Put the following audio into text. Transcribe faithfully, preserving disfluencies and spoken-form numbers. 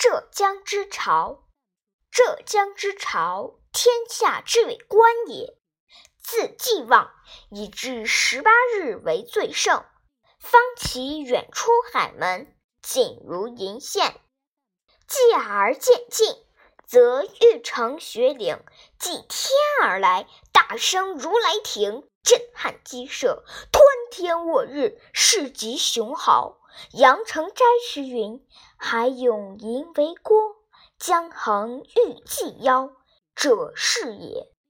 浙江之潮，浙江之潮，天下之谓官也。自既往，以至十八日为最盛。方其远出海门，仅如银线。继而渐进，则欲乘雪岭，继天而来，大声如来霆，震撼鸡舍，湍天握日，势极雄豪。阳城斋时云：海涌盈为郭，江衡欲济腰，者是也。